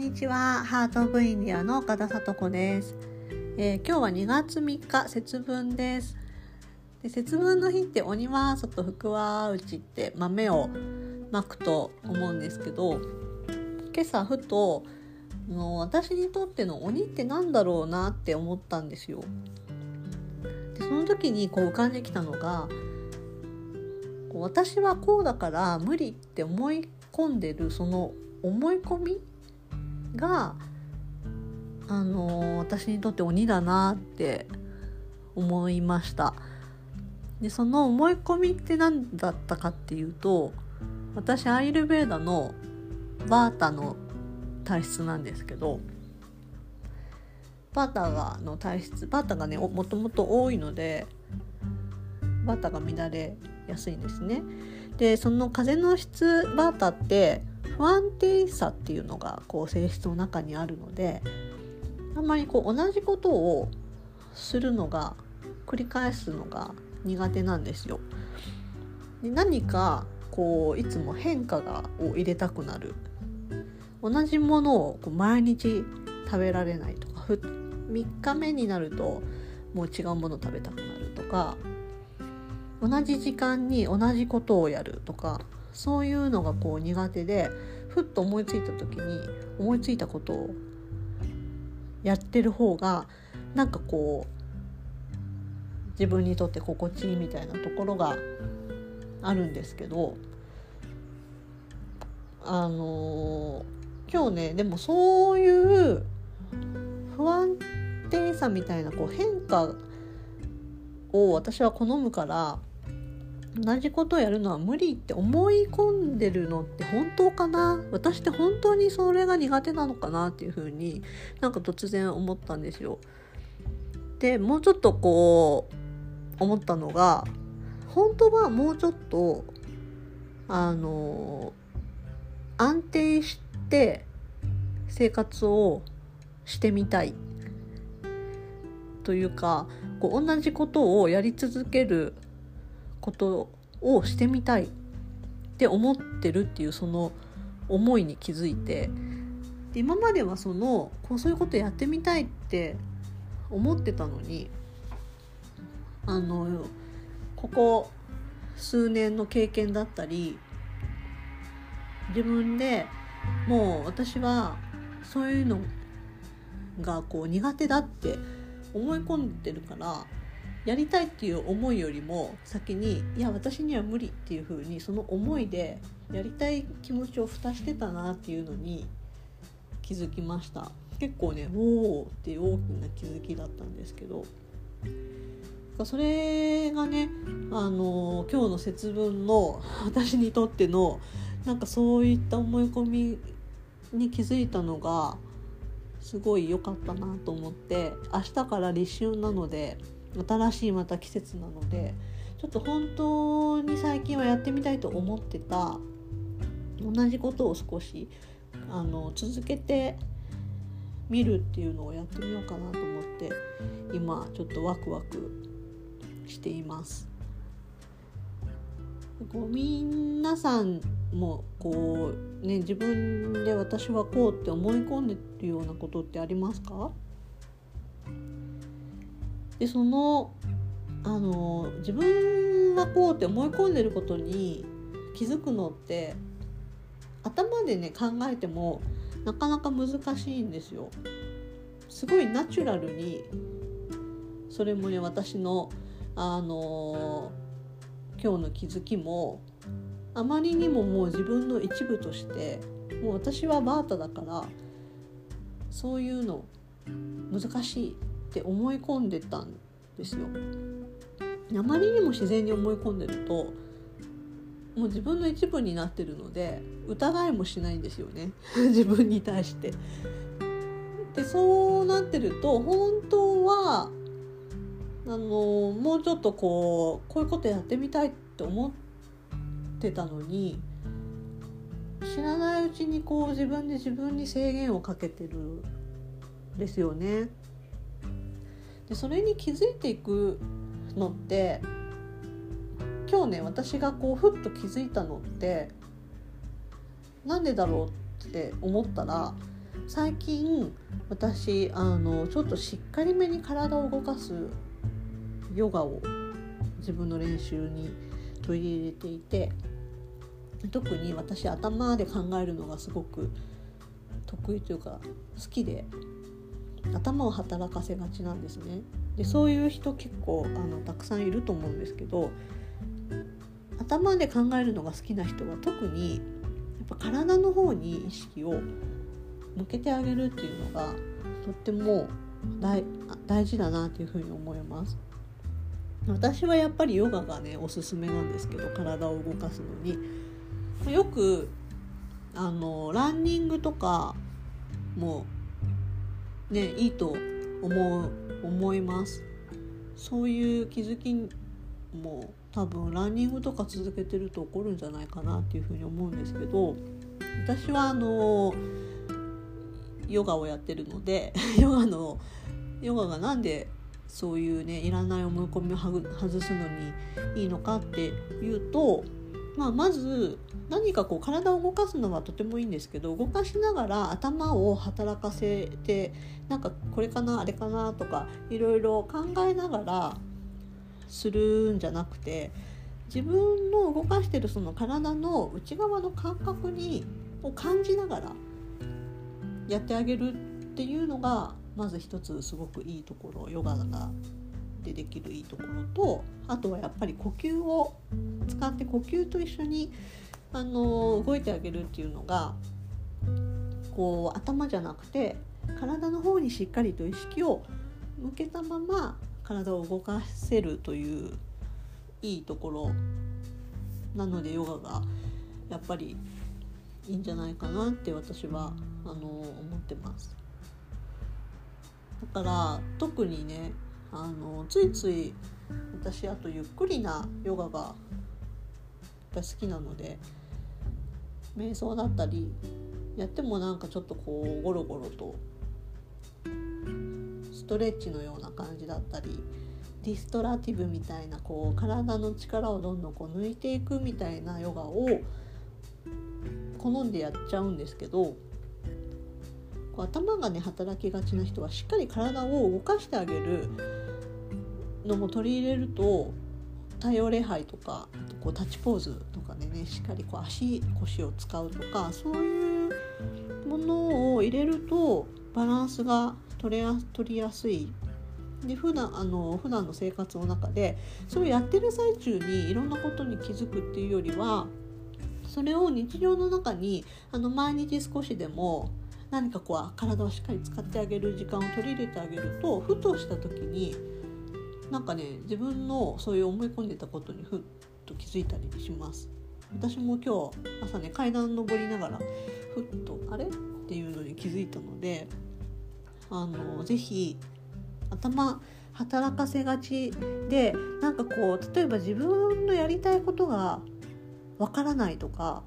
にちは。ハートオブインディアの岡田さと子です。今日は2月3日節分です。節分の日って鬼は外福は内って豆をまくと思うんですけど、今朝ふと私にとっての鬼ってなんだろうなって思ったんですよ。でその時に浮かんできたのが、私はこうだから無理って思い込んでるその思い込みが私にとって鬼だなって思いました。でその思い込みって何だったかっていうと、私アイルベーダのバータの体質なんですけど、バータがねもともと多いのでバータが乱れやすいんですね。でその風の質バータって不安定さっていうのが性質の中にあるので、あんまり同じことをするのが繰り返すのが苦手なんですよ。で何かいつも変化を入れたくなる、同じものを毎日食べられないとか、3日目になるともう違うものを食べたくなるとか、同じ時間に同じことをやるとか、そういうのが苦手で、ふっと思いついた時に思いついたことをやってる方がなんか自分にとって心地いいみたいなところがあるんですけど、今日ねでもそういう不安定さみたいな変化を私は好むから、同じことをやるのは無理って思い込んでるのって本当かな、私って本当にそれが苦手なのかなっていうふうに突然思ったんですよ。でもうちょっと思ったのが、本当はもうちょっと安定して生活をしてみたいというか、同じことをやり続けることをしてみたいって思ってるっていうその思いに気づいて、で今まではそういうことやってみたいって思ってたのに、ここ数年の経験だったり、自分でもう私はそういうのが苦手だって思い込んでるから、やりたいっていう思いよりも先に私には無理っていう風にその思いでやりたい気持ちを蓋してたなっていうのに気づきました。結構ねおーっていう大きな気づきだったんですけど、それがね今日の節分の私にとってのそういった思い込みに気づいたのがすごい良かったなと思って、明日から立春なので新しいまた季節なので、ちょっと本当に最近はやってみたいと思ってた同じことを少し続けてみるっていうのをやってみようかなと思って、今ちょっとワクワクしています。皆さんも自分で私はこうって思い込んでるようなことってありますか？で自分がこうって思い込んでることに気づくのって頭で考えてもなかなか難しいんですよ。すごいナチュラルに、それもね私の今日の気づきもあまりにももう自分の一部として、もう私はバータだからそういうの難しいって思い込んでたんですよ。あまりにも自然に思い込んでるともう自分の一部になってるので疑いもしないんですよね自分に対して。でそうなってると本当はもうちょっとこういうことやってみたいって思ってたのに、知らないうちに自分で自分に制限をかけてるんですよね。でそれに気づいていくのって今日ね私がふっと気づいたのってなんでだろうって思ったら、 最近私ちょっとしっかりめに体を動かすヨガを自分の練習に取り入れていて、特に私頭で考えるのがすごく得意というか好きで、頭を働かせがちなんですね。でそういう人結構たくさんいると思うんですけど、頭で考えるのが好きな人は特にやっぱ体の方に意識を向けてあげるっていうのがとっても大事だなというふうに思います。私はやっぱりヨガがねおすすめなんですけど、体を動かすのによくランニングとかもねいいと思います。そういう気づきも多分ランニングとか続けてると起こるんじゃないかなっていうふうに思うんですけど、私はヨガをやってるのでヨガがなんでそういうねいらない思い込みを外すのにいいのかっていうと、まず何か体を動かすのはとてもいいんですけど、動かしながら頭を働かせて、なんかこれかなあれかなとかいろいろ考えながらするんじゃなくて、自分の動かしてるその体の内側の感覚を感じながらやってあげるっていうのがまず一つすごくいいところ、ヨガでできるいいところと、あとはやっぱり呼吸を使って呼吸と一緒に動いてあげるっていうのが頭じゃなくて体の方にしっかりと意識を向けたまま体を動かせるといういいところなので、ヨガがやっぱりいいんじゃないかなって私は思ってます。だから特にねついつい私あとゆっくりなヨガが好きなので、瞑想だったりやってもなんかちょっとゴロゴロとストレッチのような感じだったり、リストラティブみたいな体の力をどんどん抜いていくみたいなヨガを好んでやっちゃうんですけど、頭がね働きがちな人はしっかり体を動かしてあげるのも取り入れると、太陽礼拝とかあとタッチポーズとかでねしっかり足腰を使うとか、そういうものを入れるとバランスが取りやすい。で普段の生活の中でそうやってる最中にいろんなことに気づくっていうよりは、それを日常の中に毎日少しでも何か体をしっかり使ってあげる時間を取り入れてあげると、ふとした時になんかね自分のそういう思い込んでたことにふっと気づいたりします。私も今日朝ね階段登りながらふっとあれっていうのに気づいたので、ぜひ頭働かせがちでなんか例えば自分のやりたいことがわからないとか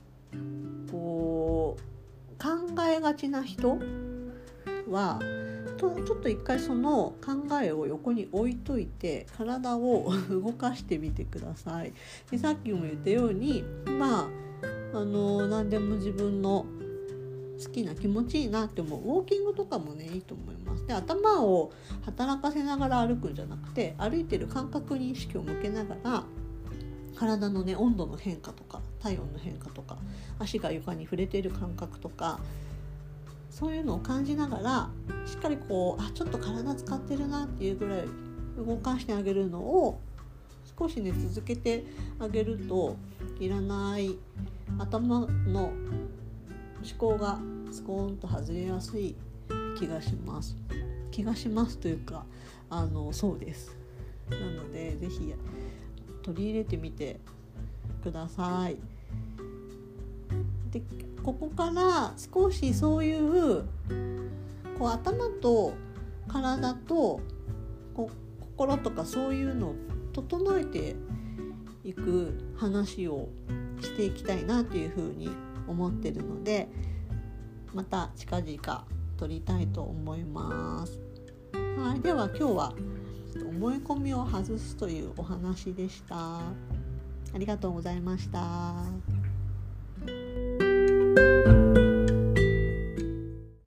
考えがちな人はちょっと一回その考えを横に置いといて体を動かしてみてください。でさっきも言ったように何でも自分の好きな気持ちいいなって思うウォーキングとかもねいいと思います。で頭を働かせながら歩くんじゃなくて、歩いてる感覚に意識を向けながら体のね温度の変化とか体温の変化とか足が床に触れている感覚とか、そういうのを感じながらしっかりちょっと体使ってるなっていうぐらい動かしてあげるのを少しね続けてあげると、いらない頭の思考がスコーンと外れやすい気がしますというかそうです。なのでぜひ取り入れてみてください。でここから少しそういう頭と体と心とかそういうのを整えていく話をしていきたいなというふうに思ってるので、また近々撮りたいと思います。はい、では今日は思い込みを外すというお話でした。ありがとうございました。